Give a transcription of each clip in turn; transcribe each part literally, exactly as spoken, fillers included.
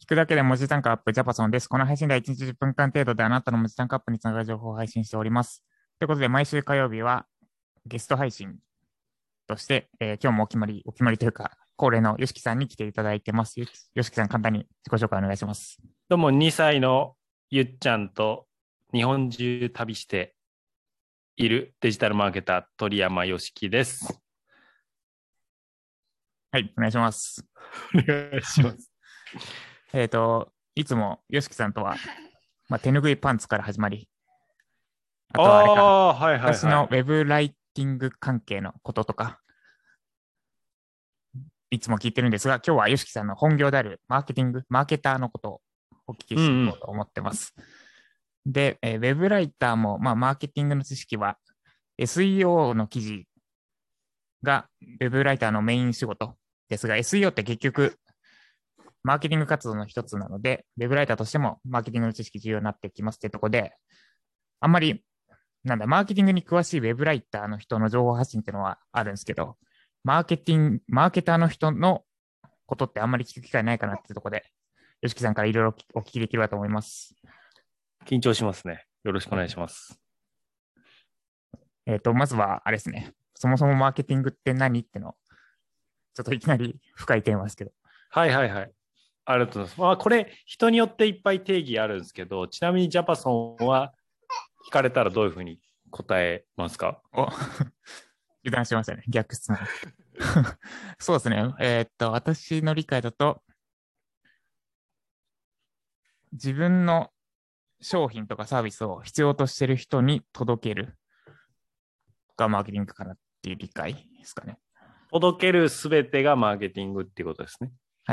聞くだけで文字単価アップ、ジャパソンです。この配信ではいちにちじゅっぷんかん程度であなたの文字単価アップにつながる情報を配信しております。ということで、毎週火曜日はゲスト配信として、えー今日もお決まり、お決まりというか、恒例のよしきさんに来ていただいてます。よよしきさん、簡単に自己紹介お願いします。 どうもにさいのゆっちゃんと日本中旅しているデジタルマーケター鳥山よしきです。 はい、お願いします。 お願いします。 えっと、いつもよしきさんとは、まあ、手ぬぐいパンツから始まり、あとはあれか、 ああー、はいはい私のはい。 ウェブライティング関係のこととか、いつも聞いてるんですが、今日はよしきさんの本業であるマーケティング、マーケターのことをお聞きしていこうと思ってます。うんうん、で、えーウェブライターも、まあ、マーケティングの知識は、エスイーオー の記事がウェブライターのメイン仕事ですが、エスイーオー って結局、マーケティング活動の一つなので、ウェブライターとしてもマーケティングの知識重要になってきますってとこで、あんまり、なんだ、マーケティングに詳しいウェブライターの人の情報発信っていうのはあるんですけど、マーケティング、マーケターの人のことってあんまり聞く機会ないかなってとこで、よしきさんからいろいろお聞きできればと思います。 緊張しますね。よろしくお願いします。 えっと、まずは、あれですね。そもそもマーケティングって何っての、ちょっといきなり深いテーマですけど。 はいはいはい。ありがとうございます。まあ、これ、人によっていっぱい定義あるんですけど、ちなみにジャパソンは聞かれたらどういうふうに答えますか？ お油断しましたね。逆質問。そうですね。えーっと、私の理解だと、自分の商品とかサービスを必要としている人に届けるがマーケティングかなっていう理解ですかね。 届けるすべてがマーケティングっていうことですね。 はい。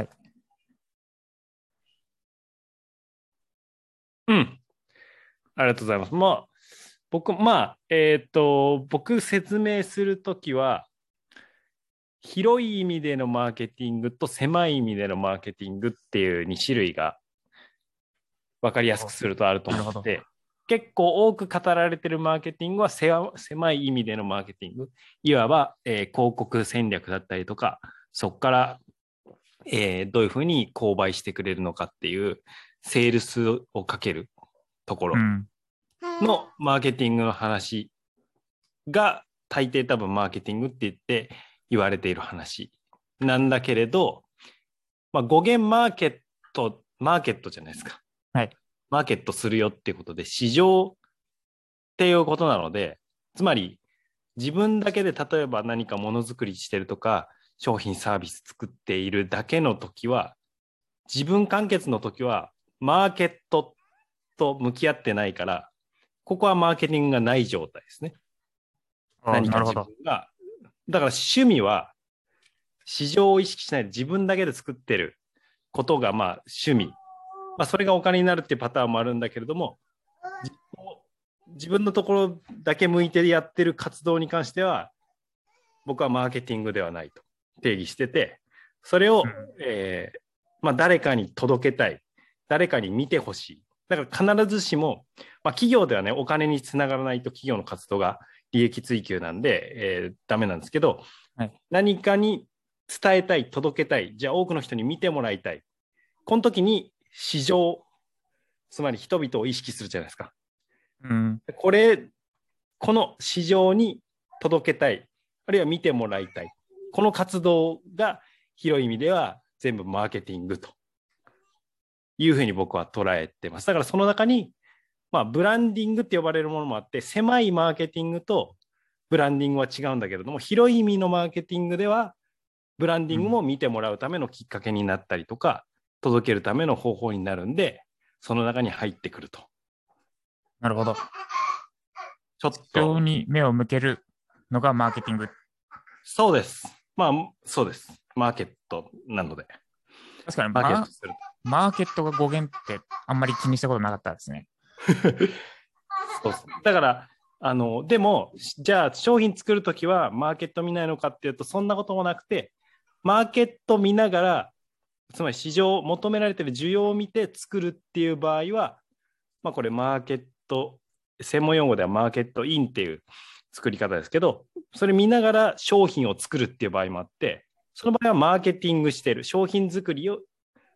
うん。ありがとうございます。まあ、僕、まあ、えっと、僕説明するときは、広い意味でのマーケティングと狭い意味でのマーケティングっていうに種類が分かりやすくするとあると思って、結構多く語られているマーケティングは狭い意味でのマーケティング、いわば、えー広告戦略だったりとか、そこから、えーどういうふうに購買してくれるのかっていうセールスをかけるところのマーケティングの話が大抵多分マーケティングって言って言われている話なんだけれど、まあ、語源マーケット、マーケットじゃないですか。 はい。 マーケットするよっていうことで、市場っていうことなので、つまり自分だけで例えば何かものづくりしてるとか、商品サービス作っているだけの時は、自分完結の時は、マーケットと向き合ってないから、ここはマーケティングがない状態ですね。何か自分が。だから趣味は、市場を意識しないで自分だけで作ってることがまあ趣味。まあ、それがお金になるっていうパターンもあるんだけれども、自分のところだけ向いてやってる活動に関しては、僕はマーケティングではないと定義してて、それを、うんえーまあ、誰かに届けたい、誰かに見てほしい。だから必ずしも、まあ、企業ではね、お金につながらないと企業の活動が利益追求なんで、えー、ダメなんですけど、はい、何かに伝えたい、届けたい、じゃあ多くの人に見てもらいたい。この時に市場、つまり人々を意識するじゃないですか。うん、これ、この市場に届けたい、あるいは見てもらいたい。この活動が広い意味では全部マーケティングというふうに僕は捉えてます。だからその中に、まあ、ブランディングって呼ばれるものもあって、狭いマーケティングとブランディングは違うんだけれども、広い意味のマーケティングでは、ブランディングも見てもらうためのきっかけになったりとか、うん、届けるための方法になるんで、その中に入ってくると。 なるほど。 ちょっと。 市場に目を向けるのがマーケティング。 そうです。まあ、そうです。マーケットなので。 確かにマーケットする。マーケットが語源ってあんまり気にしたことなかったですね。 そうそう。だから、あの、でも、じゃあ商品作るときはマーケット見ないのかっていうと、そんなこともなくて、マーケット見ながら、つまり市場、求められている需要を見て作るっていう場合は、まあこれマーケット、専門用語ではマーケットインっていう作り方ですけど、それ見ながら商品を作るっていう場合もあって、その場合はマーケティングしてる、商品作りを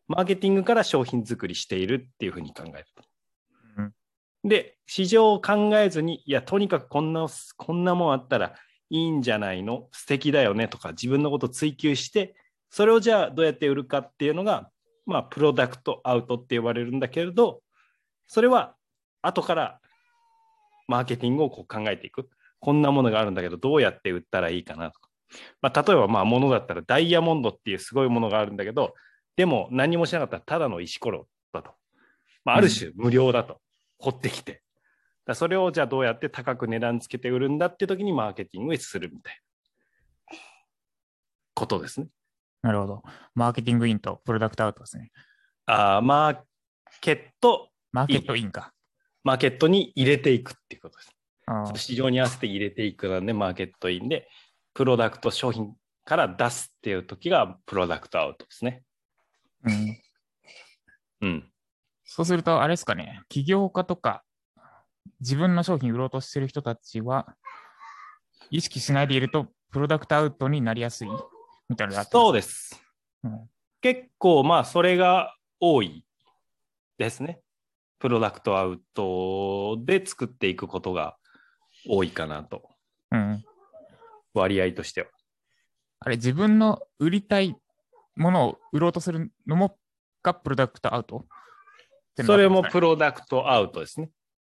マーケティングから商品作りしているっていうふうに考えると。 うん、 で、市場を考えずに、いや、とにかくこんな、こんなもんあったらいいんじゃないの、素敵だよねとか、自分のことを追求して、それをじゃあどうやって売るかっていうのが、まあ、プロダクトアウトって呼ばれるんだけれど、それは後からマーケティングをこう考えていく。こんなものがあるんだけど、どうやって売ったらいいかなとか。まあ、例えば、まあ、ものだったらダイヤモンドっていうすごいものがあるんだけど、でも何もしなかったらただの石ころだと。まあ、ある種無料だと。うん、掘ってきて。だそれをじゃあどうやって高く値段つけて売るんだって時にマーケティングをするみたいなことですね。 なるほど。マーケティングインとプロダクトアウトですね。 ああ、マーケットマーケットインか。 マーケットに入れていくっていうことです。 あ市場に合わせて入れていくので、マーケットインで、プロダクト商品から出すっていう時がプロダクトアウトですね。 うん。 うん。 そうすると、あれですかね、起業家とか、自分の商品売ろうとしてる人たちは、意識しないでいると、プロダクトアウトになりやすいみたいなのがあってます。 そうです。うん、結構、まあ、それが多いですね。プロダクトアウトで作っていくことが多いかなと。 うん。割合としては。 あれ、自分の売りたいものを売ろうとするのもがプロダクトアウト？ それもプロダクトアウトですね。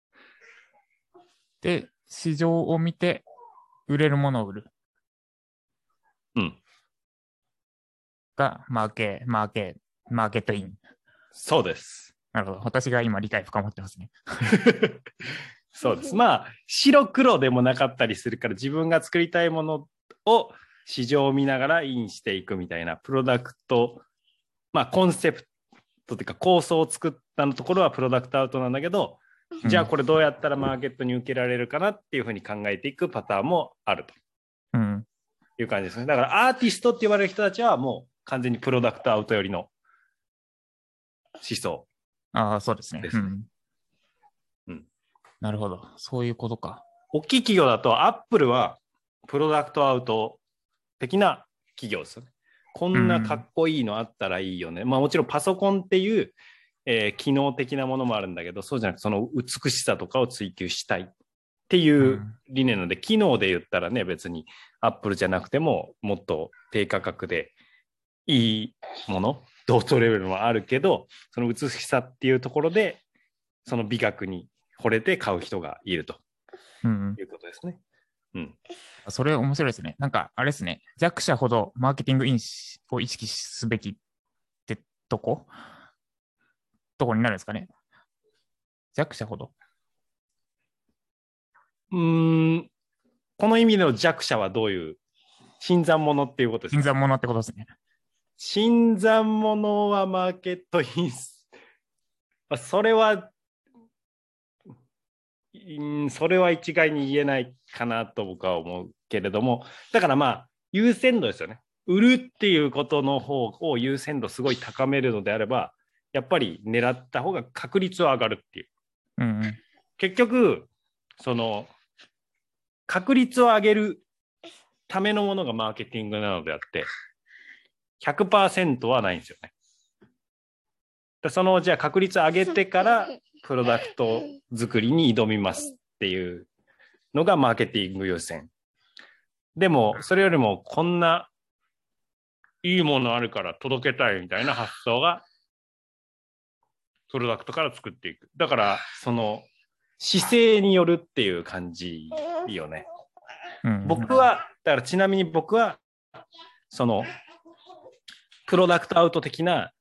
で、市場を見て売れるものを売る。 うん。 が、マーケ、マーケ、マーケットイン。 そうです。 なるほど。私が今理解深まってますね。 そうです。まあ、白黒でもなかったりするから、自分が作りたいものを市場を見ながらインしていくみたいなプロダクト、まあ、コンセプトというか構想を作ったのところはプロダクトアウトなんだけど、うん、じゃあこれどうやったらマーケットに受けられるかなっていうふうに考えていくパターンもあると、うん、いう感じですね。だからアーティストって言われる人たちはもう完全にプロダクトアウトよりの思想。 ああ、そうですね。 ですね。 うんうん、なるほど。そういうことか。 大きい企業だと、アップルはプロダクトアウト的な企業ですよね。こんなかっこいいのあったらいいよね。うん、まあもちろんパソコンっていう、えー、機能的なものもあるんだけど、そうじゃなくてその美しさとかを追求したいっていう理念なので、うん、機能で言ったらね、別にアップルじゃなくてももっと低価格でいいもの、同等レベルもあるけど、その美しさっていうところで、その美学に惚れて買う人がいると、うん、いうことですね。うん。 それ面白いですね。なんか、あれですね。弱者ほどマーケティングインを意識すべきってとことこになるんですかね。弱者ほど。 うーん。この意味での弱者はどういう新参者っていうことですか？ 新参者ってことですね。 新参者はマーケットイン、それは、それは一概に言えないかなと僕は思うけれども、だからまあ、優先度ですよね。売るっていうことの方を優先度すごい高めるのであれば、やっぱり狙った方が確率は上がるっていう。 うんうん、 結局、その、確率を上げるためのものがマーケティングなのであって、ひゃくパーセント はないんですよね。その、じゃあ確率上げてからプロダクト作りに挑みますっていうのがマーケティング優先。でも、それよりもこんないいものあるから届けたいみたいな発想がプロダクトから作っていく。だから、その姿勢によるっていう感じいいよね。うんうん、僕は、だからちなみに僕は、その、プロダクトアウト的な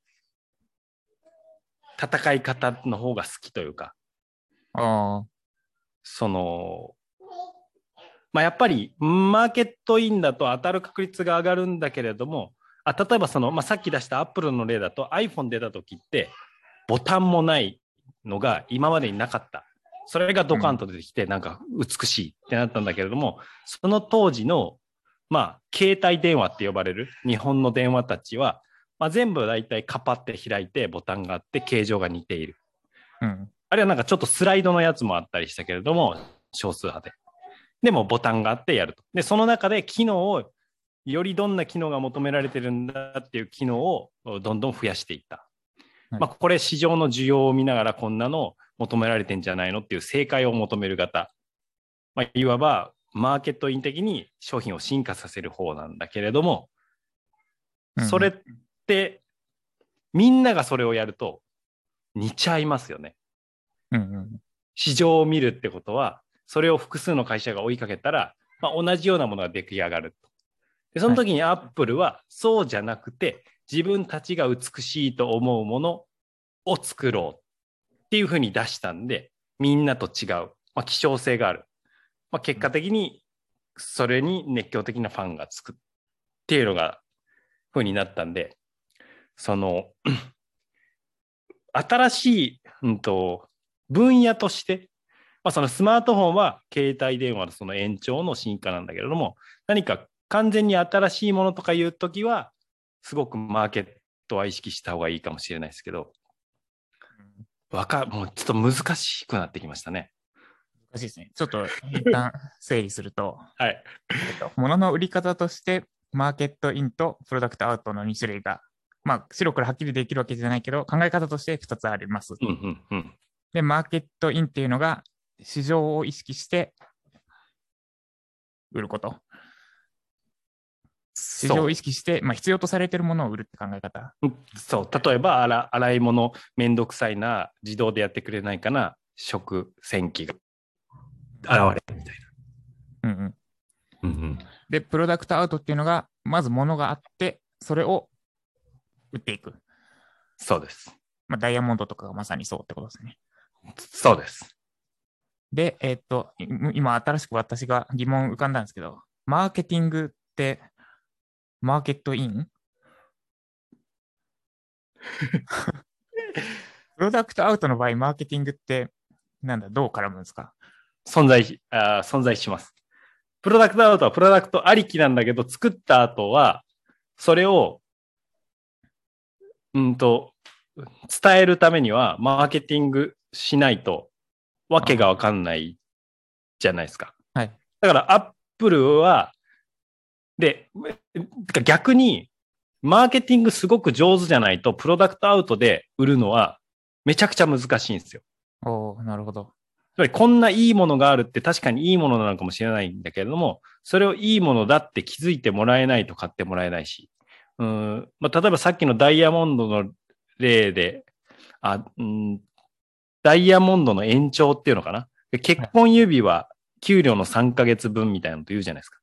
戦い方の方が好きというか、 あその、まあ、やっぱりマーケットインだと当たる確率が上がるんだけれども、あ例えばその、まあ、さっき出したアップルの例だと iPhone 出た時ってボタンもないのが今までになかった。それがドカンと出てきてなんか美しいってなったんだけれども、その当時のまあ携帯電話って呼ばれる日本の電話たちは、まあ、全部だいたいカパって開いてボタンがあって形状が似ている。うん、あるいはなんかちょっとスライドのやつもあったりしたけれども、少数派で。でもボタンがあってやると。で、その中で機能を、よりどんな機能が求められてるんだっていう機能をどんどん増やしていった。 はい、 まあ、これ市場の需要を見ながらこんなの求められてんじゃないのっていう正解を求める方。まあ、いわばマーケットイン的に商品を進化させる方なんだけれども、 うんうん、 それってみんながそれをやると似ちゃいますよね。 うんうん、 市場を見るってことは、それを複数の会社が追いかけたら、まあ、同じようなものが出来上がる。でその時にアップルはそうじゃなくて、自分たちが美しいと思うものを作ろうっていうふうに出したんで、みんなと違う、まあ、希少性がある。まあ、結果的にそれに熱狂的なファンがつくっていうのがふうになったんで、その新しい、うんと、分野として、まあ、そのスマートフォンは携帯電話のその延長の進化なんだけれども、何か完全に新しいものとかいうときは、すごくマーケットは意識した方がいいかもしれないですけど、わかもうちょっと難しくなってきましたね。 難しいですね。ちょっと一旦整理すると、 はい。 えっと、物の売り方として、マーケットインとプロダクトアウトのに種類が、まあ、白黒はっきりできるわけじゃないけど、考え方としてふたつあります。 うんうんうん。 で、マーケットインっていうのが、市場を意識して売ること。市場を意識して、まあ、必要とされているものを売るって考え方。 そう。例えば、洗洗い物、めんどくさいな、自動でやってくれないかな、食洗機が現れるみたいうんうん。 な。うんうん、 で、プロダクトアウトっていうのが、まず物があって、それを売っていく。 そうです。 まあ、ダイヤモンドとかがまさにそうってことですね。 そうです。 で、えーっと、今新しく私が疑問浮かんだんですけど、マーケティングって、マーケットインプロダクトアウトの場合、マーケティングって、なんだ、どう絡むんですか？ 存在あ、存在します。プロダクトアウトはプロダクトありきなんだけど、作った後は、それを、うんと、伝えるためには、マーケティングしないと、わけがわかんないじゃないですか。 はい。 だから、アップルは、で、逆に、マーケティングすごく上手じゃないと、プロダクトアウトで売るのは、めちゃくちゃ難しいんですよ。 おー、なるほど。 つまりこんないいものがあるって確かにいいものなのかもしれないんだけれども、それをいいものだって気づいてもらえないと買ってもらえないし、うん、まあ、例えばさっきのダイヤモンドの例で、あ、うん、ダイヤモンドの延長っていうのかな。結婚指輪、給料のさんかげつぶんみたいなのと言うじゃないですか。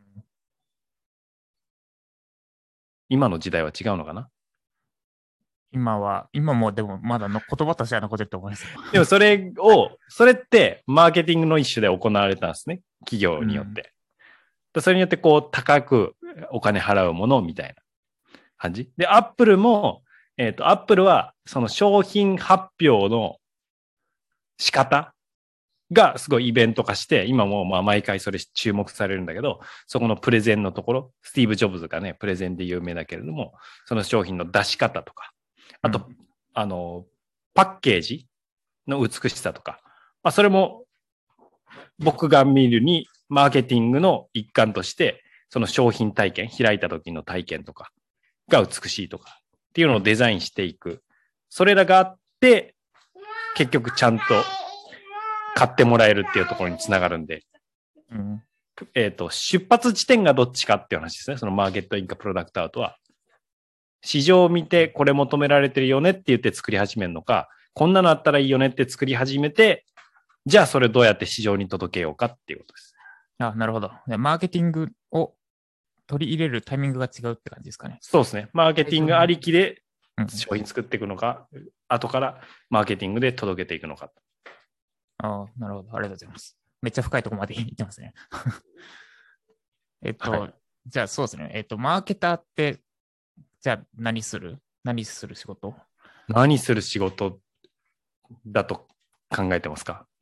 今の時代は違うのかな。 今は、今もでもまだの言葉としては残ってると思います。 でもそれを、それってマーケティングの一種で行われたんですね。企業によって。うん、それによってこう高くお金払うものみたいな感じ。で、アップルも、えっと、アップルはその商品発表の仕方がすごいイベント化して、今もまあ毎回それ注目されるんだけど、そこのプレゼンのところ、スティーブ・ジョブズがね、プレゼンで有名だけれども、その商品の出し方とか、あと、うん、あの、パッケージの美しさとか、まあ、それも僕が見るに、マーケティングの一環として、その商品体験、開いた時の体験とかが美しいとかっていうのをデザインしていく。それらがあって、結局ちゃんと買ってもらえるっていうところにつながるんで、うん、えっと、出発地点がどっちかっていう話ですね。そのマーケットインかプロダクトアウトは。市場を見てこれ求められてるよねって言って作り始めるのか、こんなのあったらいいよねって作り始めて、じゃあそれどうやって市場に届けようかっていうことです。 あ、なるほど。マーケティングを取り入れるタイミングが違うって感じですかね。 そうですね。マーケティングありきで商品作っていくのか、うん、後からマーケティングで届けていくのか。 ああ、なるほど。ありがとうございます。めっちゃ深いところまで言ってますね。えっと、はい、じゃあそうですね。えっと、マーケターって、じゃあ何する何する仕事何する仕事だと考えてますか？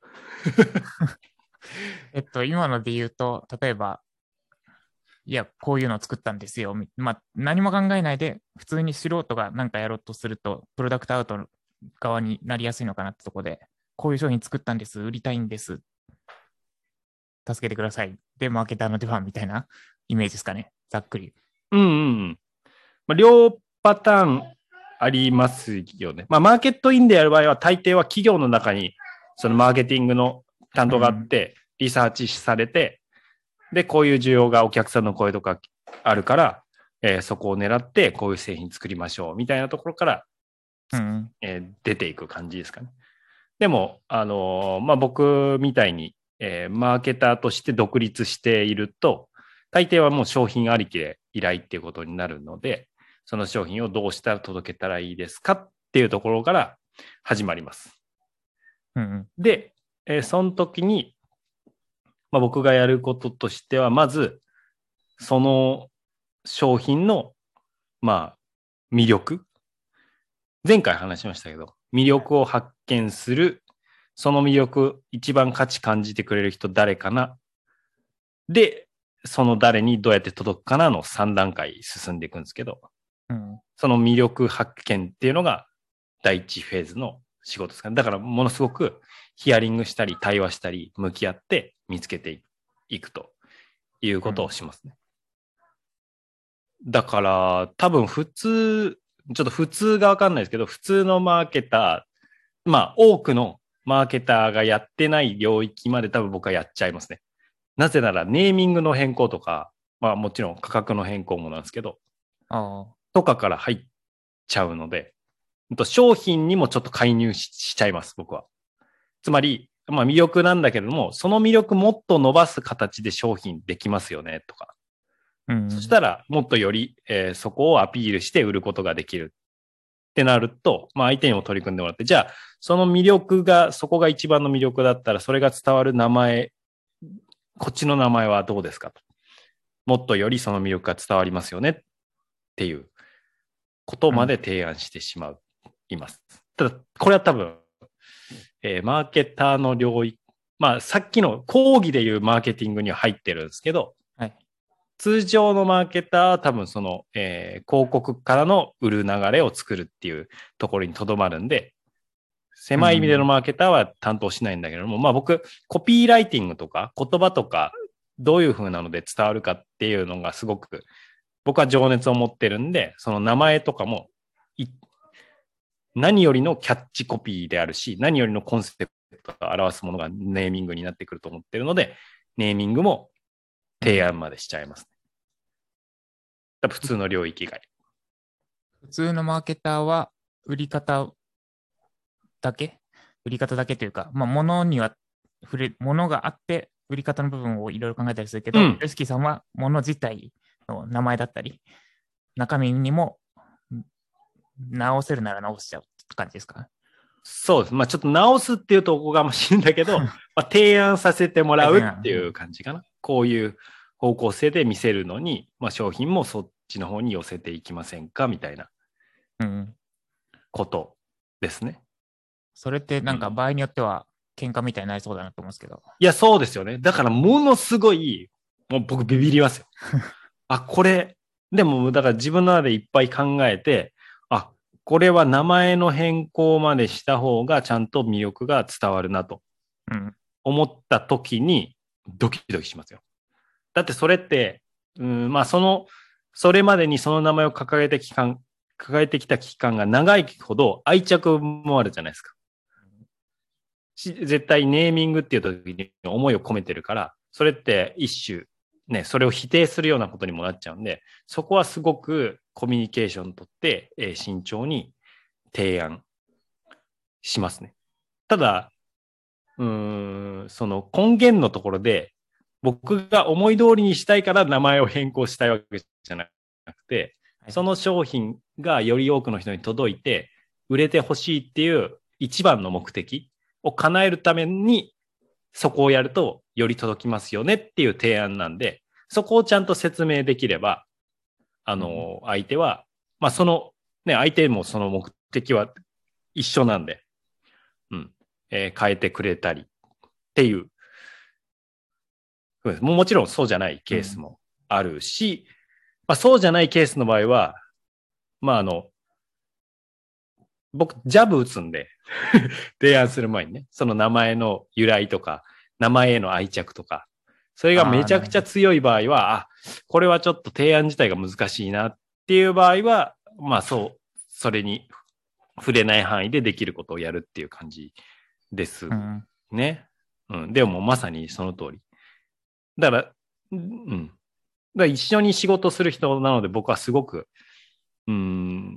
えっと、今ので言うと、例えば、いや、こういうのを作ったんですよ。まあ、何も考えないで、普通に素人が何かやろうとすると、プロダクトアウト側になりやすいのかなってとこで、こういう商品作ったんです、売りたいんです、助けてください。で、マーケターの出番みたいなイメージですかね。ざっくり。 うんうん。まあ、両パターンありますよね。まあ、マーケットインでやる場合は、大抵は企業の中に、そのマーケティングの担当があって、リサーチされて、で、こういう需要がお客さんの声とかあるから、えー、そこを狙って、こういう製品作りましょう、みたいなところから、 うんえー、出ていく感じですかね。でも、あのー、まあ、僕みたいに、えー、マーケターとして独立していると、大抵はもう商品ありきで依頼っていうことになるので、その商品をどうしたら届けたらいいですかっていうところから始まります。 うん、 で、えー、その時に、まあ、僕がやることとしては、まず、その商品の、まあ、魅力。前回話しましたけど、魅力を発見する、その魅力、一番価値感じてくれる人誰かな。で、その誰にどうやって届くかなのさん段階進んでいくんですけど、 うん、 その魅力発見っていうのが第一フェーズの仕事ですかね。だからものすごくヒアリングしたり対話したり向き合って見つけていくということをしますね。うん、だから多分普通、ちょっと普通がわかんないですけど、普通のマーケター、まあ多くのマーケターがやってない領域まで多分僕はやっちゃいますね。なぜならネーミングの変更とか、まあもちろん価格の変更もなんですけど、 あとかから入っちゃうので、商品にもちょっと介入 し, しちゃいます、僕は。つまり、まあ魅力なんだけれども、その魅力もっと伸ばす形で商品できますよね、とか。 うん、 そしたら、もっとより、えー、そこをアピールして売ることができるってなると、まあ相手にも取り組んでもらって、じゃあ、その魅力が、そこが一番の魅力だったら、それが伝わる名前、こっちの名前はどうですかと。もっとよりその魅力が伝わりますよねっていうことまで提案してしまう、うん、います。ただ、これは多分、えー、マーケターの領域、まあさっきの講義でいうマーケティングには入ってるんですけど、 はい、 通常のマーケターは多分その、えー、広告からの売る流れを作るっていうところにとどまるんで、狭い意味でのマーケターは担当しないんだけども、うん、まあ僕、コピーライティングとか言葉とかどういう風なので伝わるかっていうのがすごく僕は情熱を持ってるんで、その名前とかも何よりのキャッチコピーであるし、何よりのコンセプトを表すものがネーミングになってくると思ってるので、ネーミングも提案までしちゃいますね。多分普通の領域外。 普通のマーケターは売り方だけ売り方だけというか、まあ、物には触れ、物があって、売り方の部分をいろいろ考えたりするけど、ヨシキさんは物自体の名前だったり、中身にも直せるなら直しちゃうって感じですか？ そうです。まあちょっと直すっていうとおこがましいんだけど、まあ提案させてもらうっていう感じかな。こういう方向性で見せるのに、まあ商品もそっちの方に寄せていきませんかみたいなことですね。 それってなんか場合によっては喧嘩みたいになりそうだなと思うんですけど。うん、 いや、そうですよね。だからものすごい、もう僕ビビりますよ。あ、これ、でもだから自分の中でいっぱい考えて、あ、これは名前の変更までした方がちゃんと魅力が伝わるなと思った時にドキドキしますよ。だってそれって、うん、まあその、それまでにその名前を掲げて期間、掲げてきた期間が長いほど愛着もあるじゃないですか。絶対ネーミングっていう時に思いを込めてるから、それって一種、ね、それを否定するようなことにもなっちゃうんで、そこはすごくコミュニケーションとって、えー、慎重に提案しますね。ただ、うーん、その根源のところで、僕が思い通りにしたいから名前を変更したいわけじゃなくて、その商品がより多くの人に届いて、売れてほしいっていう一番の目的を叶えるために、そこをやるとより届きますよねっていう提案なんで、そこをちゃんと説明できれば、あの、相手は、まあその、ね、相手もその目的は一緒なんで、うん、えー、変えてくれたりっていう、も, もちろんそうじゃないケースもあるし、うん、まあそうじゃないケースの場合は、まああの、僕、ジャブ打つんで、提案する前にね、その名前の由来とか、名前への愛着とか、それがめちゃくちゃ強い場合は、あ、これはちょっと提案自体が難しいなっていう場合は、まあそう、 それに触れない範囲でできることをやるっていう感じですね。うん。うん、でもまさにその通り。だから、うん。だから一緒に仕事する人なので僕はすごく、うん、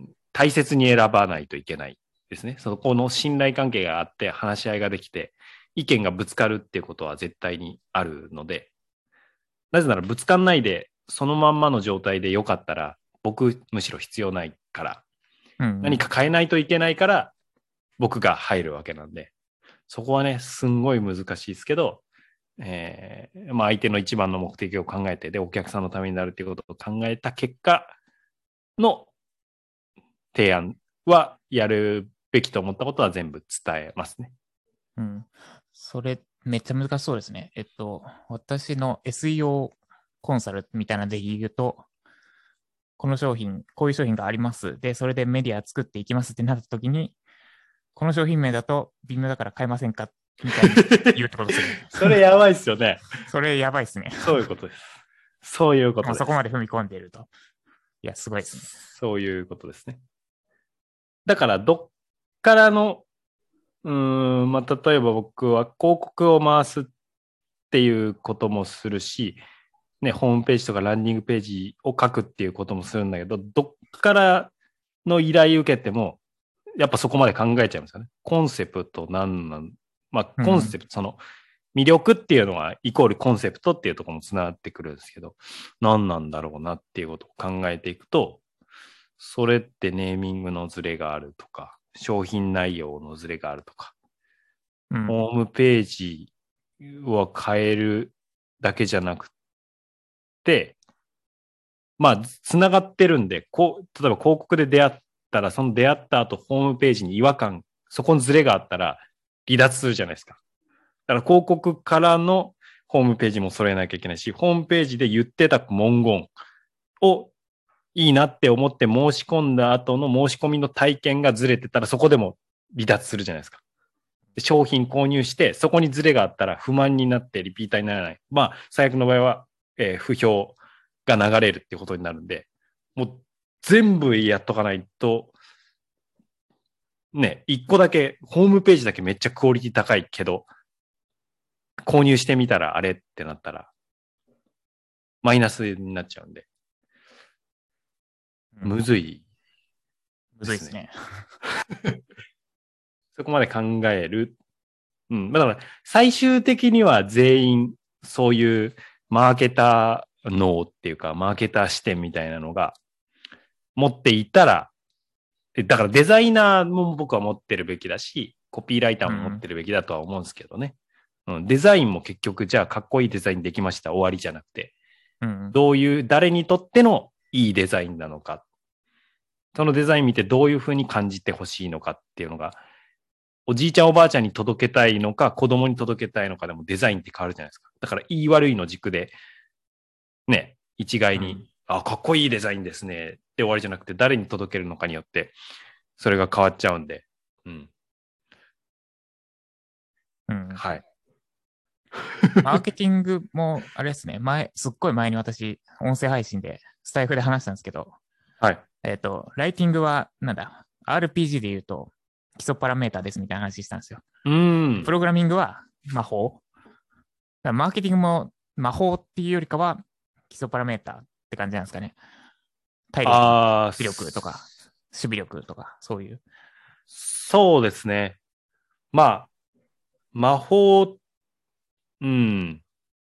大切に選ばないといけないですね。そこの信頼関係があって話し合いができて、意見がぶつかるっていうことは絶対にあるので、なぜならぶつかんないで、そのまんまの状態でよかったら、僕むしろ必要ないから、うんうん、何か変えないといけないから、僕が入るわけなんで、そこはね、すんごい難しいですけど、えー、まあ相手の一番の目的を考えて、で、お客さんのためになるっていうことを考えた結果の提案は、やるべきと思ったことは全部伝えますね。 うん。それ、めっちゃ難しそうですね。えっと、私の エスイーオー コンサルみたいなので言うと、この商品、こういう商品があります。で、それでメディア作っていきますってなった時に、この商品名だと微妙だから買えませんかみたいに言うってことですよね。 それやばいっすよね。 それやばいっすね。 そういうことです。そういうことです。 そこまで踏み込んでいると。いや、すごいですね。 そういうことですね。だから、どっからの、うーん、まあ、例えば僕は広告を回すっていうこともするし、ね、ホームページとかランディングページを書くっていうこともするんだけど、どっからの依頼受けても、やっぱそこまで考えちゃいますよね。コンセプトなんなん、まあ、コンセプト、うん、その、魅力っていうのはイコールコンセプトっていうところもつながってくるんですけど、何なんだろうなっていうことを考えていくと、それってネーミングのズレがあるとか、商品内容のズレがあるとか、うん、ホームページを変えるだけじゃなくて、まあ、つながってるんで、こう、例えば広告で出会ったら、その出会った後、ホームページに違和感、そこにズレがあったら、離脱するじゃないですか。だから広告からのホームページも揃えなきゃいけないし、ホームページで言ってた文言をいいなって思って申し込んだ後の申し込みの体験がずれてたら、そこでも離脱するじゃないですか。商品購入して、そこにズレがあったら不満になってリピーターにならない。まあ、最悪の場合は、えー、不評が流れるってことになるんで、もう全部やっとかないと、ね、一個だけ、ホームページだけめっちゃクオリティ高いけど、購入してみたらあれってなったら、マイナスになっちゃうんで。うん、むずい、 ね。むずいですね。 そこまで考える。うん。だから、最終的には全員、そういうマーケター脳っていうか、マーケター視点みたいなのが持っていたら、だからデザイナーも僕は持ってるべきだし、コピーライターも持ってるべきだとは思うんですけどね。うん、デザインも結局、じゃあかっこいいデザインできました、終わりじゃなくて、うん、どういう、誰にとってのいいデザインなのか、そのデザイン見てどういうふうに感じてほしいのかっていうのが、おじいちゃんおばあちゃんに届けたいのか、子供に届けたいのかでもデザインって変わるじゃないですか。だから、いい悪いの軸で、ね、一概に、うん、あ、かっこいいデザインですね、って終わりじゃなくて、誰に届けるのかによって、それが変わっちゃうんで、うん。 うん、 はい。 マーケティングも、あれですね、前、すっごい前に私、音声配信で、スタイフで話したんですけど、 はい。 えっと、ライティングは、なんだ、アールピージー で言うと、基礎パラメータですみたいな話したんですよ。 うん。 プログラミングは魔法。マーケティングも魔法っていうよりかは、基礎パラメータって感じなんですかね。体力、視力とか、守備力とか、そういう。 そうですね。まあ、魔法、うん。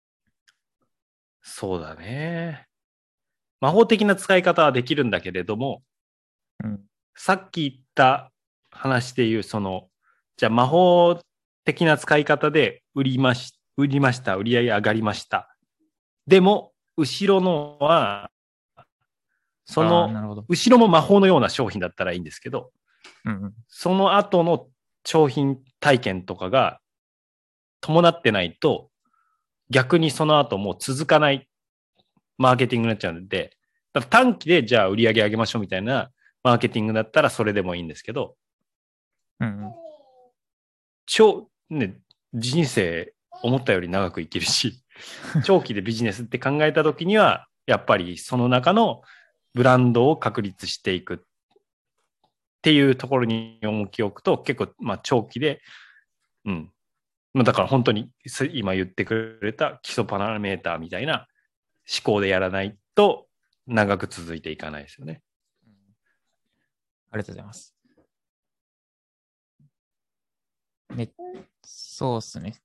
そうだね。魔法的な使い方はできるんだけれども、うん、さっき言った話でいう、その、じゃあ魔法的な使い方で売りまし、売りました、売り上げ上がりました。でも、後ろのは、その、後ろも魔法のような商品だったらいいんですけど、うん、その後の商品体験とかが伴ってないと、逆にその後もう続かないマーケティングになっちゃうんで、だから短期でじゃあ売り上げ上げましょうみたいなマーケティングだったらそれでもいいんですけど、うん、超、ね、人生思ったより長く生きるし、長期でビジネスって考えたときには、やっぱりその中のブランドを確立していく。 っていうところに重きを置くと結構まあ長期で、うん。だから本当に今言ってくれた基礎パラメーターみたいな思考でやらないと長く続いていかないですよね。 ありがとうございます。ね、そうですね。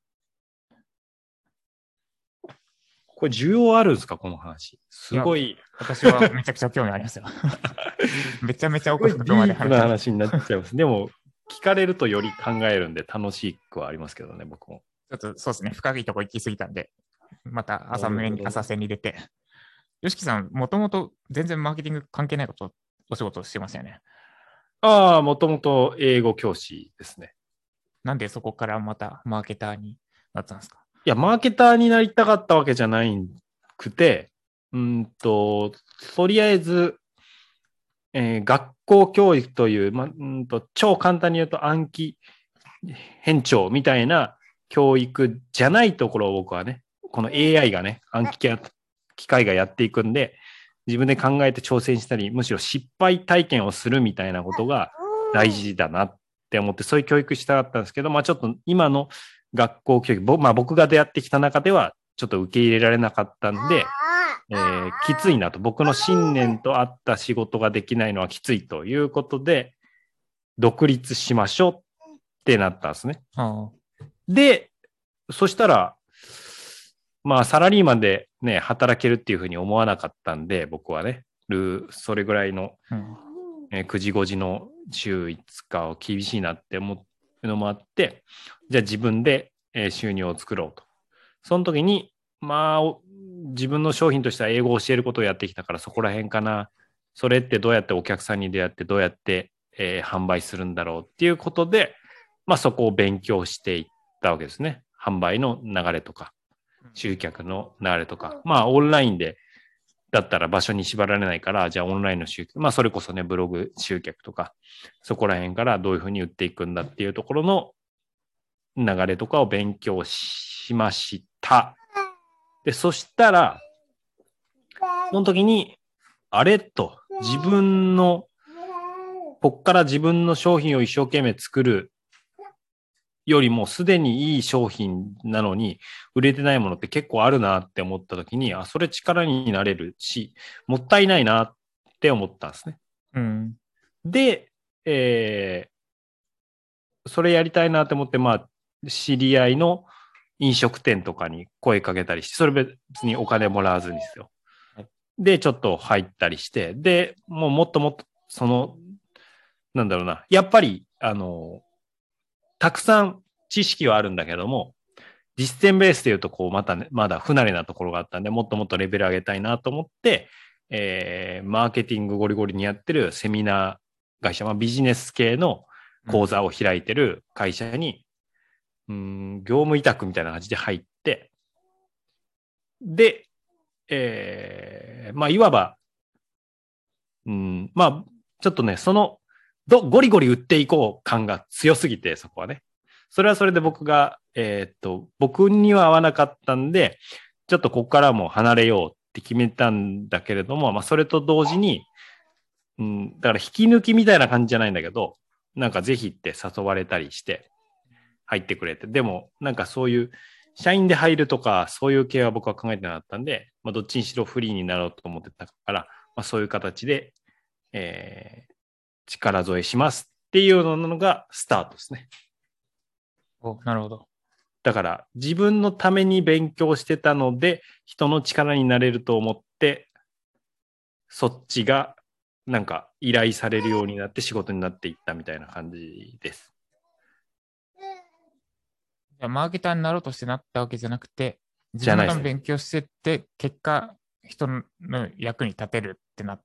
これ需要あるんですかこの話。すごい。 い私はめちゃくちゃ興味ありますよ。めちゃめちゃ奥深くまで話。ディープな話になっちゃいます。でも、聞かれるとより考えるんで楽しくはありますけどね、僕も。 ちょっとそうですね。深いとこ行き過ぎたんで、また朝目に浅瀬に出て。よしきさん、もともと全然マーケティング関係ないこと、お仕事してますよね。 ああ、もともと英語教師ですね。 なんでそこからまたマーケターになったんですか？ いや、マーケターになりたかったわけじゃないくて、うんと、とりあえず、えー、学校教育という、ま、うんと超簡単に言うと暗記偏重みたいな教育じゃないところを僕はね、この エーアイ がね、暗記機械がやっていくんで、自分で考えて挑戦したり、むしろ失敗体験をするみたいなことが大事だなって思って、そういう教育したかったんですけど、まあちょっと今の学校教育、まあ僕が出会ってきた中では、ちょっと受け入れられなかったんで、えー、きついなと、僕の信念と合った仕事ができないのはきついということで、独立しましょうってなったんですね。 ああで、そしたら、まあサラリーマンでね、働けるっていうふうに思わなかったんで、僕はね、それぐらいの、うんえー、くじごじの週いつかを厳しいなって思うのもあって、じゃあ自分で収入を作ろうと。その時に、まあ、自分の商品としては英語を教えることをやってきたからそこら辺かな。それってどうやってお客さんに出会ってどうやって、えー、販売するんだろうっていうことで、まあそこを勉強していったわけですね。販売の流れとか、集客の流れとか。まあオンラインでだったら場所に縛られないから、じゃあオンラインの集客、まあそれこそね、ブログ集客とか、そこら辺からどういうふうに売っていくんだっていうところの流れとかを勉強しました。で、そしたら、その時に、あれと、自分の、こっから自分の商品を一生懸命作るよりも、すでにいい商品なのに、売れてないものって結構あるなって思った時に、あ、それ力になれるし、もったいないなって思ったんですね。 うん、 で、えー、それやりたいなって思って、まあ、知り合いの飲食店とかに声かけたりして、それ別にお金もらわずにですよ。はい、で、ちょっと入ったりして、で、もうもっともっと、その、なんだろうな、やっぱり、あの、たくさん知識はあるんだけども、実践ベースで言うと、こう、またね、まだ不慣れなところがあったんで、もっともっとレベル上げたいなと思って、えー、マーケティングゴリゴリにやってるセミナー会社、まあ、ビジネス系の講座を開いてる会社に、うん、業務委託みたいな感じで入って、で、えー、まあ、いわば、うん、まあ、ちょっとね、その、ど、ゴリゴリ売っていこう感が強すぎて、そこはね。それはそれで僕が、えー、っと、僕には合わなかったんで、ちょっとここからも離れようって決めたんだけれども、まあ、それと同時に、うん、だから引き抜きみたいな感じじゃないんだけど、なんかぜひって誘われたりして、入ってくれて。でも、なんかそういう、社員で入るとか、そういう系は僕は考えてなかったんで、まあ、どっちにしろフリーになろうと思ってたから、まあ、そういう形で、えー、力添えしますっていうのがスタートですね。 お、なるほど。 だから、自分のために勉強してたので、人の力になれると思って、そっちが、なんか依頼されるようになって仕事になっていったみたいな感じです。 じゃあマーケターになろうとしてなったわけじゃなくて、自分が勉強してって、結果、人の役に立てるってなって。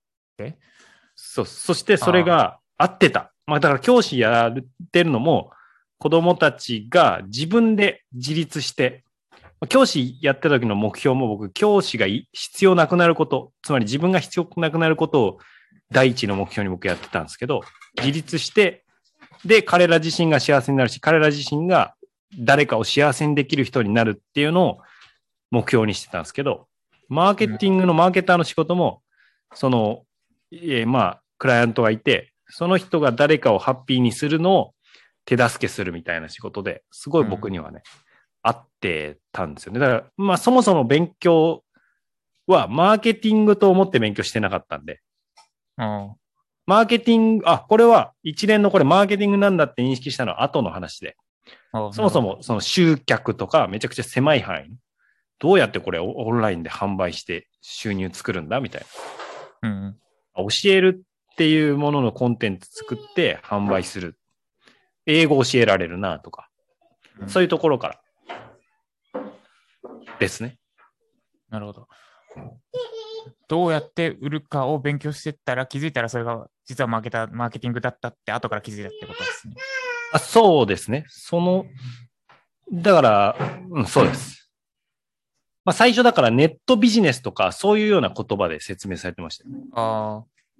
そう、そしてそれが合ってた。まあだから教師やってるのも、子供たちが自分で自立して、教師やってた時の目標も僕、教師が必要なくなること、つまり自分が必要なくなることを第一の目標に僕やってたんですけど、自立して、で、彼ら自身が幸せになるし、彼ら自身が誰かを幸せにできる人になるっていうのを目標にしてたんですけど、マーケティングのマーケターの仕事も、その、えー、まあ、クライアントがいて、 その人が誰かをハッピーにするのを手助けするみたいな仕事ですごい僕にはね、うん、合ってたんですよね。だから、まあそもそも勉強はマーケティングと思って勉強してなかったんで、 うん、 マーケティング、あ、これは一連のこれマーケティングなんだって認識したのは後の話で、そもそもその集客とかめちゃくちゃ狭い範囲、どうやってこれオンラインで販売して収入作るんだみたいな。うん、 教えるっていうもののコンテンツ作って販売する。英語教えられるなとか、うん、そういうところからですね。 なるほど。どうやって売るかを勉強してったら気づいたらそれが実はマーケター、マーケティングだったって後から気づいたってことですね。 あ、そうですね。その、だから、うん、そうです。まあ最初だからネットビジネスとかそういうような言葉で説明されてましたよね。 ああ。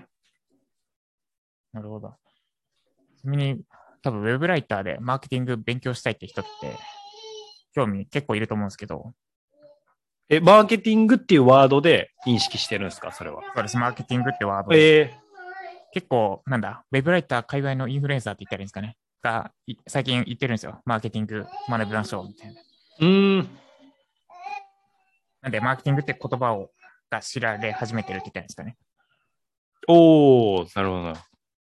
なるほど。ちなみに多分ウェブライターでマーケティング勉強したいって人って興味結構いると思うんですけど。 え、マーケティングっていうワードで認識してるんですか、それは。 そうです。マーケティングってワードで。 えー、 結構、なんだ、ウェブライター界隈のインフルエンサーって言ったらいいんですかね。が、最近言ってるんですよ。マーケティング学びましょうみたいな。 うーん。 なんで、マーケティングって言葉をが知られ始めてるって言ったらいいんですかね。 おー、なるほど。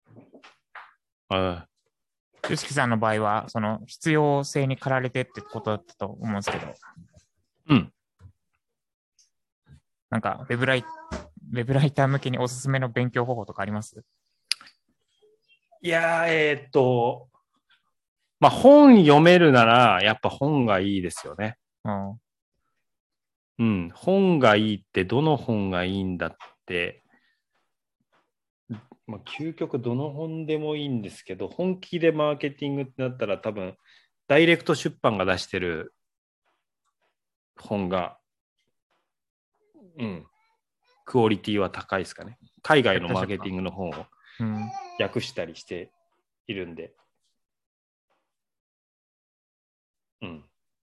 あよしきさんの場合は、その必要性に駆られてってことだったと思うんですけど。 うん。 なんかウェブライ、ウェブライター向けにおすすめの勉強方法とかあります？ いやー、えー、っと、まあ本読めるなら、やっぱ本がいいですよね。 うん。 うん。本がいいって、どの本がいいんだって、まあ、究極どの本でもいいんですけど、本気でマーケティングってなったら多分、ダイレクト出版が出してる本が、うん、クオリティは高いですかね。海外のマーケティングの本を訳したりしているんで。うん。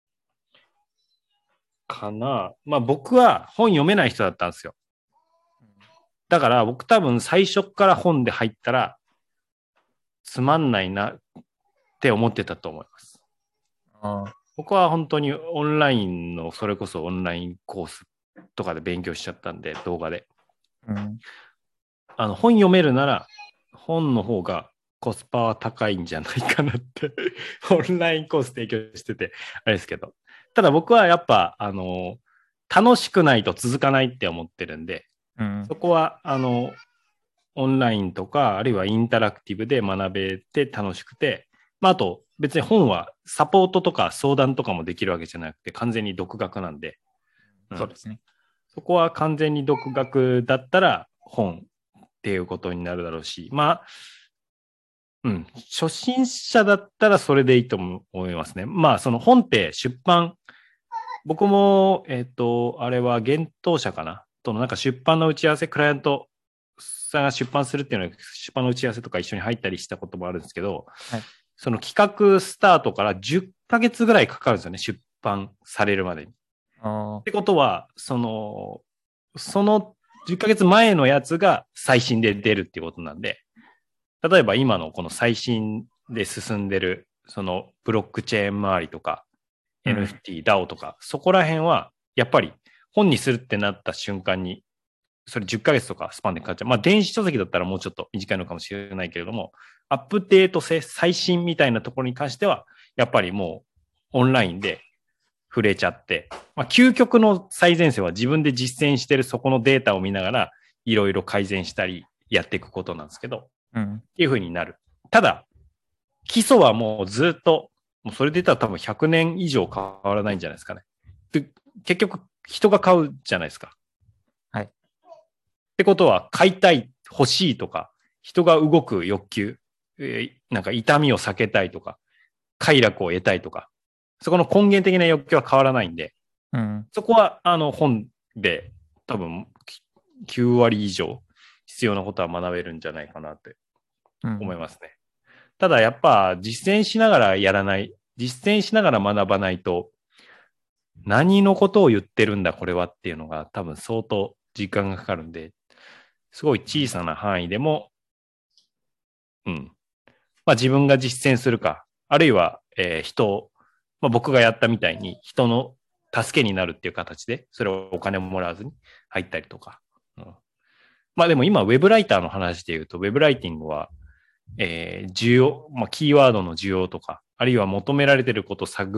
かな。まあ僕は本読めない人だったんですよ。だから僕多分最初から本で入ったらつまんないなって思ってたと思います。 ああ、 僕は本当にオンラインのそれこそオンラインコースとかで勉強しちゃったんで、動画で。 うん、 あの本読めるなら本の方がコスパは高いんじゃないかなってオンラインコース提供しててあれですけど、ただ僕はやっぱあの楽しくないと続かないって思ってるんで、 うん、 そこはあのオンラインとかあるいはインタラクティブで学べて楽しくて、まあ、あと別に本はサポートとか相談とかもできるわけじゃなくて完全に独学なんで、 うん、そうですね。 そこは完全に独学だったら本っていうことになるだろうし、まあ、うん、初心者だったらそれでいいと思いますね。まあ、その本って出版、僕も、えっと、あれは幻冬舎かなとのなんか出版の打ち合わせ、クライアントさんが出版するっていうのは出版の打ち合わせとか一緒に入ったりしたこともあるんですけど、はい、その企画スタートからじゅっかげつぐらいかかるんですよね、出版されるまでに。ってことは、その、そのじゅっかげつまえのやつが最新で出るっていうことなんで、例えば今のこの最新で進んでる、そのブロックチェーン周りとか、うん、エヌエフティー、ダオ とか、そこら辺はやっぱり本にするってなった瞬間に、それじゅっかげつとかスパンでかかっちゃう。まあ電子書籍だったらもうちょっと短いのかもしれないけれども、アップデート性、最新みたいなところに関しては、やっぱりもうオンラインで触れちゃって、まあ究極の最前線は自分で実践してるそこのデータを見ながら、いろいろ改善したりやっていくことなんですけど、うん、っていう風になる。ただ、基礎はもうずっと、もうそれで言ったら多分ひゃくねん以上変わらないんじゃないですかね。で、結局人が買うじゃないですか。 はい。 ってことは、買いたい、欲しいとか、人が動く欲求、えー、なんか痛みを避けたいとか、快楽を得たいとか、そこの根源的な欲求は変わらないんで、うん、そこはあの本で多分きゅうわり以上必要なことは学べるんじゃないかなって思いますね。うん、ただやっぱ実践しながらやらない、実践しながら学ばないと、何のことを言ってるんだこれはっていうのが多分相当時間がかかるんで、すごい小さな範囲でもうん。まあ自分が実践するか、あるいは、えー人、まあ僕がやったみたいに人の助けになるっていう形で、それをお金ももらわずに入ったりとか。うん、まあでも今、ウェブライターの話で言うと、ウェブライティングは、えー、需要、まあキーワードの需要とか、あるいは求められていることを探って、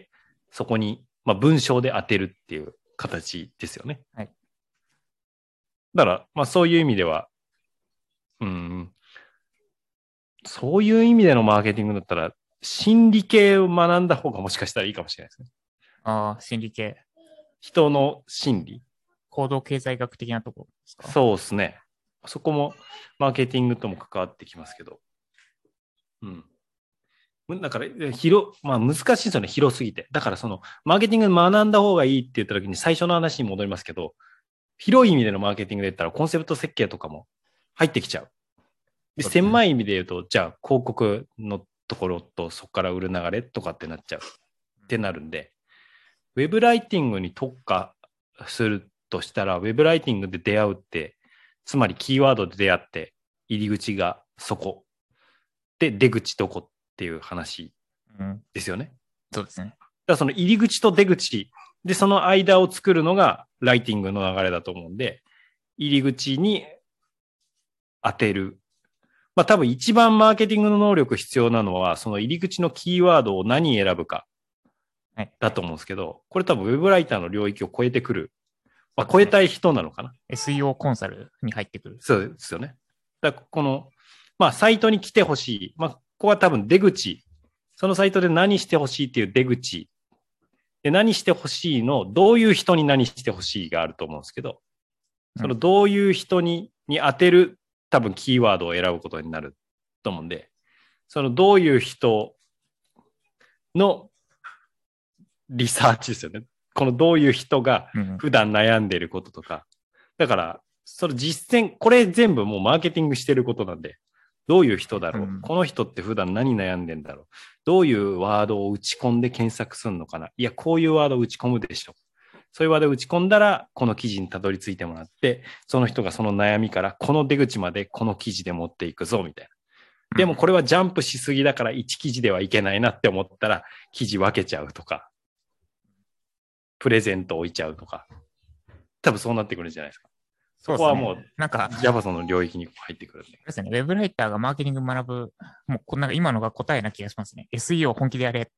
そこに、まあ文章で当てるっていう形ですよね。 はい。 だから、まあそういう意味では、うん、そういう意味でのマーケティングだったら、心理系を学んだ方がもしかしたらいいかもしれないですね。 ああ、心理系。 人の心理。 行動経済学的なところですか？ そうですね。そこもマーケティングとも関わってきますけど。うん。だから、広、まあ難しいですよね。広すぎて。だからその、マーケティング学んだ方がいいって言った時に最初の話に戻りますけど、広い意味でのマーケティングで言ったらコンセプト設計とかも入ってきちゃう。で、狭い意味で言うと、じゃあ広告のところとそこから売る流れとかってなっちゃうってなるんで、ウェブライティングに特化するとしたら、ウェブライティングで出会うって、つまりキーワードで出会って、入り口がそこ。で、出口どこっていう話ですよね。うん、 そうですね。だからその入り口と出口で、その間を作るのがライティングの流れだと思うんで、入り口に当てる。まあ多分一番マーケティングの能力必要なのは、その入り口のキーワードを何選ぶかだと思うんですけど、はい、これ多分ウェブライターの領域を超えてくる。まあ、超えたい人なのかな。 エスイーオー コンサルに入ってくる。 そうですよね。だからこの、まあサイトに来てほしい。まあここは多分出口。そのサイトで何してほしいっていう出口。で、何してほしいの、どういう人に何してほしいがあると思うんですけど、そのどういう人に、に当てる多分キーワードを選ぶことになると思うんで、そのどういう人のリサーチですよね。このどういう人が普段悩んでいることとか。だから、その実践、これ全部もうマーケティングしてることなんで、どういう人だろう、うん、この人って普段何悩んでんだろう、どういうワードを打ち込んで検索するのかな、いや、こういうワードを打ち込むでしょ。そういうワードを打ち込んだら、この記事にたどり着いてもらって、その人がその悩みからこの出口までこの記事で持っていくぞ、みたいな。でもこれはジャンプしすぎだからいち記事ではいけないなって思ったら、記事分けちゃうとか、プレゼント置いちゃうとか、多分そうなってくるんじゃないですか。そこはもう、なんか、Java の領域に入ってくるんで。 ですね。ウェブライターがマーケティング学ぶ、もうこんな今のが答えな気がしますね。エスイーオー 本気でやれ。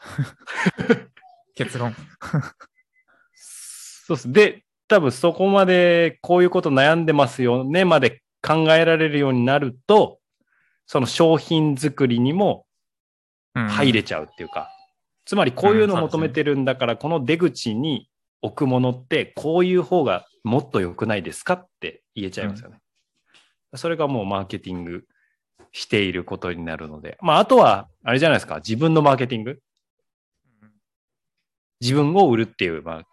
結論。 そうです。で、多分そこまでこういうこと悩んでますよねまで考えられるようになると、その商品作りにも入れちゃうっていうか、うん、つまりこういうのを求めてるんだから、この出口に置くものってこういう方がもっと良くないですかって言えちゃいますよね。うん、それがもうマーケティングしていることになるので、まああとはあれじゃないですか、自分のマーケティング、自分を売るっていう、まあ、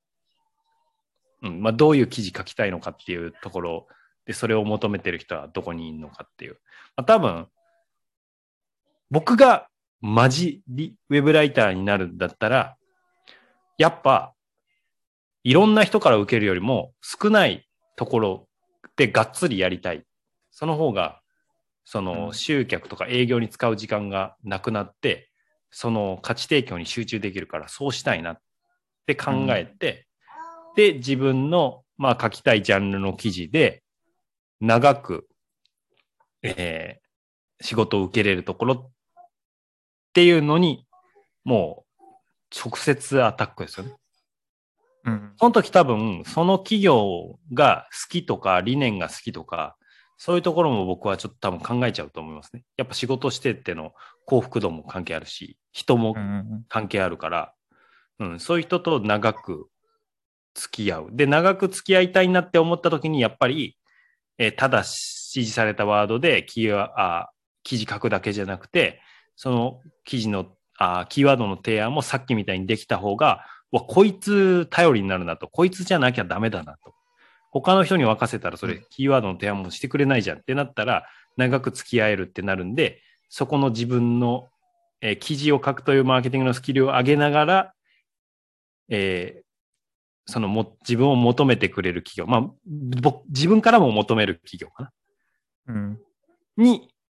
うんまあどういう記事書きたいのかっていうところで、それを求めてる人はどこにいるのかっていう、まあ、多分僕がマジリウェブライターになるんだったら、やっぱいろんな人から受けるよりも少ないところでがっつりやりたい。その方が、その集客とか営業に使う時間がなくなって、その価値提供に集中できるからそうしたいなって考えて、うん、で、自分のまあ書きたいジャンルの記事で長く、えー、仕事を受けれるところっていうのに、もう直接アタックですよね。うん、その時多分、その企業が好きとか、理念が好きとか、そういうところも僕はちょっと多分考えちゃうと思いますね。やっぱ仕事してっての幸福度も関係あるし、人も関係あるから、うん、うん、そういう人と長く付き合う。で、長く付き合いたいなって思った時に、やっぱり、えー、ただ指示されたワードでキーワあ記事書くだけじゃなくて、その記事のあキーワードの提案もさっきみたいにできた方が、わ、こいつ頼りになるなと、こいつじゃなきゃダメだなと。他の人に任せたらそれキーワードの提案もしてくれないじゃんってなったら、長く付き合えるってなるんで、そこの自分の、えー、記事を書くというマーケティングのスキルを上げながら、えー、そのも自分を求めてくれる企業、まあ、僕自分からも求める企業かな、うん、に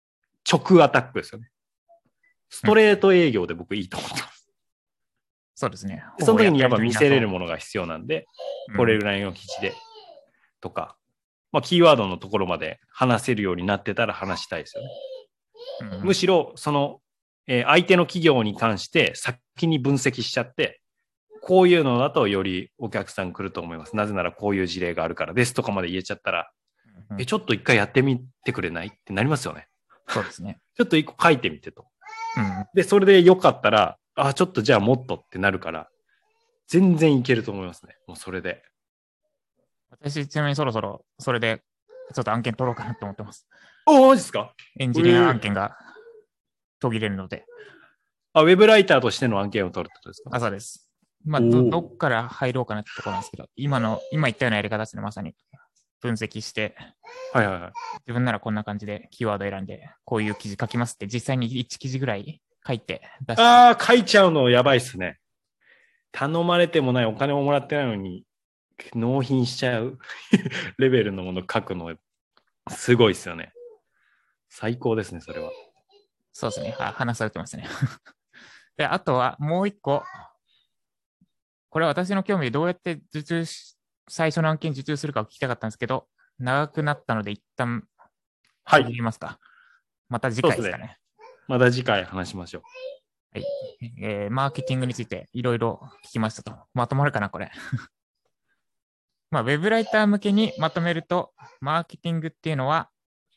直アタックですよね。ストレート営業で僕いいと思ってます。 そうですね。 その時にやっぱ見せれるものが必要なんで、これぐらいの記事でとか、まあ、キーワードのところまで話せるようになってたら話したいですよね。うん、むしろ、その、えー、相手の企業に関して先に分析しちゃって、こういうのだとよりお客さん来ると思います。なぜならこういう事例があるからですとかまで言えちゃったら、うん、え、ちょっと一回やってみてくれないってなりますよね。 そうですね。 ちょっと一個書いてみてと。 うん、 で、それでよかったら、あ、ちょっとじゃあもっとってなるから、全然いけると思いますね。もうそれで。 私、ちなみにそろそろ、それで、ちょっと案件取ろうかなと思ってます。 お、マジですか？ エンジニア案件が途切れるので。 あ、ウェブライターとしての案件を取るってことですか？ あ、そうです。まあど、どっから入ろうかなってところなんですけど、今の、今言ったようなやり方ですね、まさに。分析して、 はいはいはい。 自分ならこんな感じでキーワード選んで、こういう記事書きますって、実際にいち記事ぐらい書いて出して。 ああ、書いちゃうのやばいっすね。頼まれてもない、お金ももらってないのに、納品しちゃうレベルのもの書くの、すごいっすよね。最高ですね、それは。 そうですね。話されてますね。で、あとはもう一個。これは私の興味でどうやって受注し、最初の案件受注するかを聞きたかったんですけど、長くなったので一旦、 はい。 言いますか。また次回ですかね。 ねまた次回話しましょう。 はい。えー、マーケティングについていろいろ聞きましたと。まとまるかな、これ。まあ、ウェブライター向けにまとめると、マーケティングっていうのは、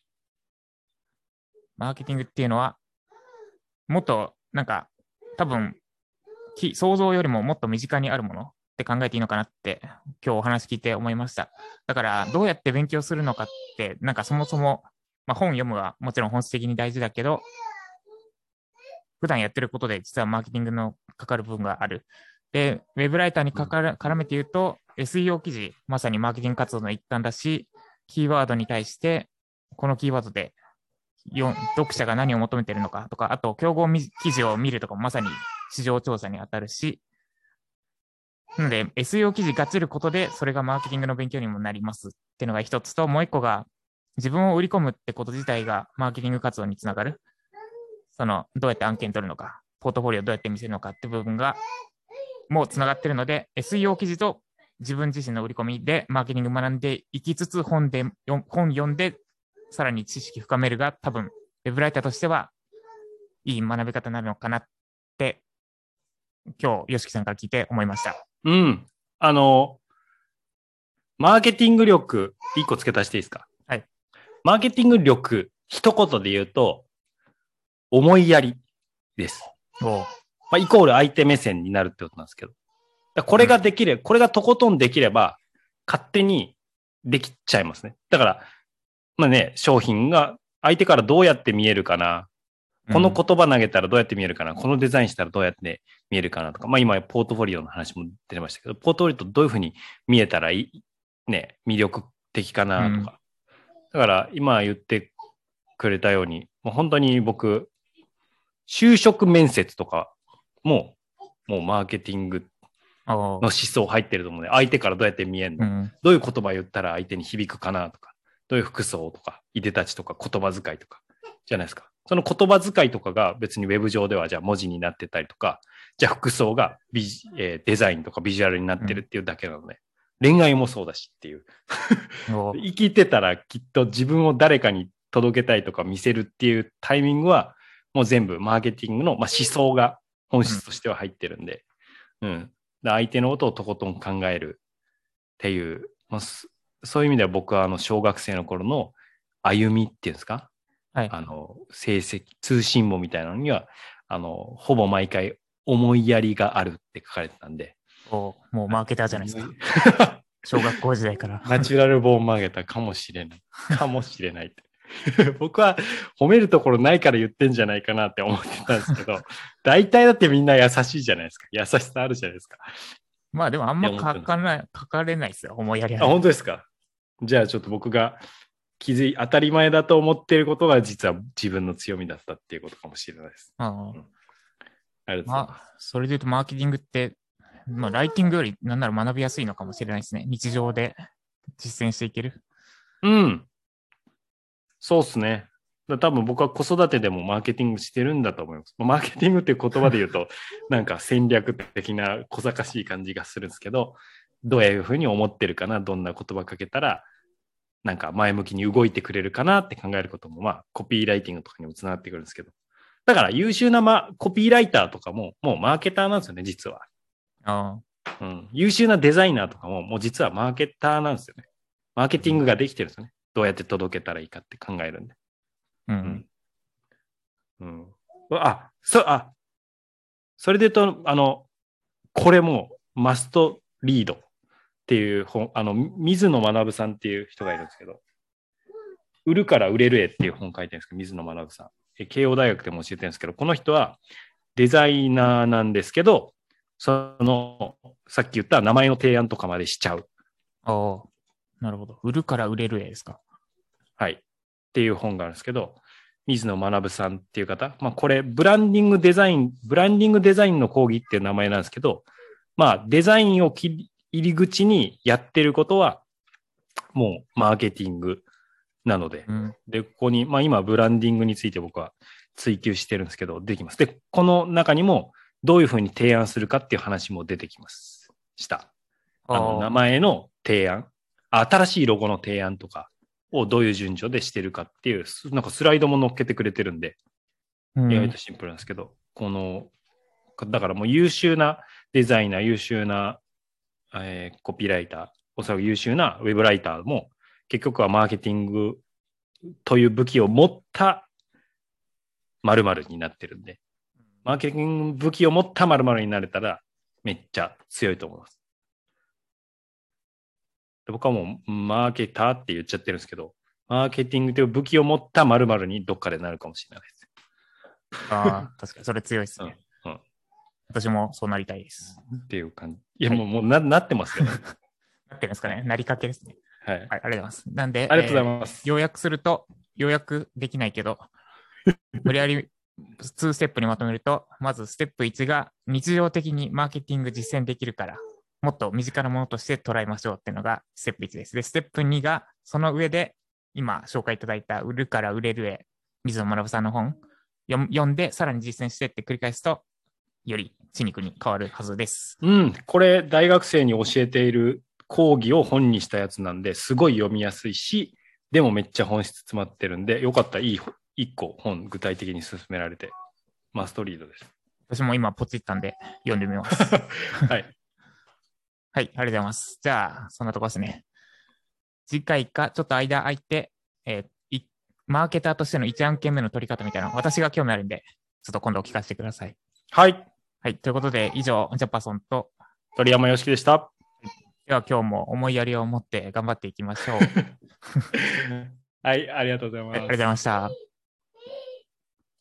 マーケティングっていうのは、もっと、なんか、多分、想像よりももっと身近にあるものって考えていいのかなって今日お話聞いて思いました。だからどうやって勉強するのかってなんかそもそも、まあ、本読むはもちろん本質的に大事だけど、普段やってることで実はマーケティングのかかる部分がある。で、ウェブライターにかかる絡めて言うと、エスイーオー 記事、まさにマーケティング活動の一環だし、キーワードに対して、このキーワードで読者が何を求めているのかとか、あと競合記事を見るとかもまさに市場調査に当たるし、なので エスイーオー 記事がちることでそれがマーケティングの勉強にもなりますっていうのが一つと、もう一個が自分を売り込むってこと自体がマーケティング活動につながる。そのどうやって案件取るのか、ポートフォリオどうやって見せるのかって部分がもうつながってるので、エスイーオー 記事と自分自身の売り込みでマーケティング学んでいきつつ本で本読んでさらに知識深めるが多分ウェブライターとしてはいい学び方になるのかなって今日吉木さんから聞いて思いました。 うん。あの、マーケティング力、一個付け足していいですか？ はい。 マーケティング力、一言で言うと、思いやりです。 おまあ、イコール相手目線になるってことなんですけど。これができれば、うん、これがとことんできれば、勝手にできちゃいますね。だから、まあね、商品が相手からどうやって見えるかな。この言葉投げたらどうやって見えるかな、うん、このデザインしたらどうやって見えるかなとか、まあ今ポートフォリオの話も出てましたけど、ポートフォリオとどういうふうに見えたらいい、ね、魅力的かなとか。うん、だから今言ってくれたように、もう本当に僕、就職面接とかも、もうマーケティングの思想入ってると思うので、相手からどうやって見えるの、うん、どういう言葉言ったら相手に響くかなとか、どういう服装とか、いでたちとか言葉遣いとか、じゃないですか。その言葉遣いとかが別にウェブ上ではじゃあ文字になってたりとか、じゃあ服装がビジ、えー、デザインとかビジュアルになってるっていうだけなので、うん、恋愛もそうだしっていう。生きてたらきっと自分を誰かに届けたいとか見せるっていうタイミングはもう全部マーケティングの、まあ、思想が本質としては入ってるんで、うん。うん、相手のことをとことん考えるっていう、まあ、そういう意味では僕はあの小学生の頃の歩みっていうんですか、はい、あの成績通信簿みたいなのにはあのほぼ毎回思いやりがあるって書かれてたんで、 おもうマーケターじゃないですか。小学校時代からナチュラルボーンマーケターかもしれないかもしれないって僕は褒めるところないから言ってんじゃないかなって思ってたんですけど、大体だってみんな優しいじゃないですか。優しさあるじゃないですか。 まあでもあんま書かない、書かれないですよ、思いやりあ、本当ですか。じゃあちょっと僕が気づい、当たり前だと思っていることが実は自分の強みだったっていうことかもしれないです。ああ、うん、ありがとうございます。まあ、それで言うとマーケティングって、まあ、ライティングよりなんなら学びやすいのかもしれないですね。日常で実践していける。 うん。そうっすね。 だ多分僕は子育てでもマーケティングしてるんだと思います。マーケティングっていう言葉で言うと、なんか戦略的な小賢しい感じがするんですけど、どういうふうに思ってるかな、どんな言葉かけたら、なんか前向きに動いてくれるかなって考えることも、まあ、コピーライティングとかにもつながってくるんですけど。だから優秀な、ま、コピーライターとかも、もうマーケターなんですよね、実は。 あうん。優秀なデザイナーとかも、もう実はマーケターなんですよね。マーケティングができてるんですよね。どうやって届けたらいいかって考えるんで。 うん。 うん。うん、あ、そ、あ、それで言うと、あの、これも、マストリードっていう本、あの、水野学さんっていう人がいるんですけど、売るから売れる絵っていう本書いてるんですけど、水野学さん。慶応大学でも教えてるんですけど、この人はデザイナーなんですけど、その、さっき言った名前の提案とかまでしちゃう。 ああ、なるほど。売るから売れる絵ですか。 はい。っていう本があるんですけど、水野学さんっていう方、まあこれ、ブランディングデザイン、ブランディングデザインの講義っていう名前なんですけど、まあデザインを入り口にやってることは、もうマーケティングなので、 うん、 で、ここに、まあ今ブランディングについて僕は追求してるんですけど、できます。で、この中にもどういうふうに提案するかっていう話も出てきます。した。あの、名前の提案、新しいロゴの提案とかをどういう順序でしてるかっていう、なんかスライドも載っけてくれてるんで、 うん、 意外とシンプルなんですけど、この、だからもう優秀なデザイナー、優秀な、えーコピーライター、おそらく優秀なウェブライターも、結局はマーケティングという武器を持った〇〇になってるんで、マーケティング武器を持った〇〇になれたら、めっちゃ強いと思います。僕はもうマーケターって言っちゃってるんですけど、マーケティングという武器を持った〇〇にどっかでなるかもしれないです。 ああ、確かにそれ強いですね。 うんうん、 私もそうなりたいです。 っていう感じ。いや、はい、もう、もうな、なってますよね。 なってるんですかね。なりかけですね。 はい。 はい、ありがとうございます。なんで、 ありがとうございます。 えー、要約すると、要約できないけど、無理やりにステップにまとめると、まずステップいちが日常的にマーケティング実践できるから、もっと身近なものとして捉えましょうっていうのがステップいちです。で、ステップにが、その上で、今紹介いただいた売るから売れるへ、水野学さんの本、読んで、さらに実践してって繰り返すと、より血肉に変わるはずです。 うん、これ大学生に教えている講義を本にしたやつなんで、すごい読みやすいし、でもめっちゃ本質詰まってるんで、よかったらいい一個本具体的に進められて、マストリードです。 私も今ポチったんで読んでみます。 はい。 はい、ありがとうございます。じゃあ、そんなとこですね。次回か、ちょっと間空いて、えー、マーケターとしてのいち案件目の取り方みたいなの、私が興味あるんで、ちょっと今度聞かせてください。 はい。 はい、ということで、以上、ジャパソンと鳥山よしきでした。 では今日も思いやりを持って頑張っていきましょう。 はい、ありがとうございます。 はい、ありがとうございました。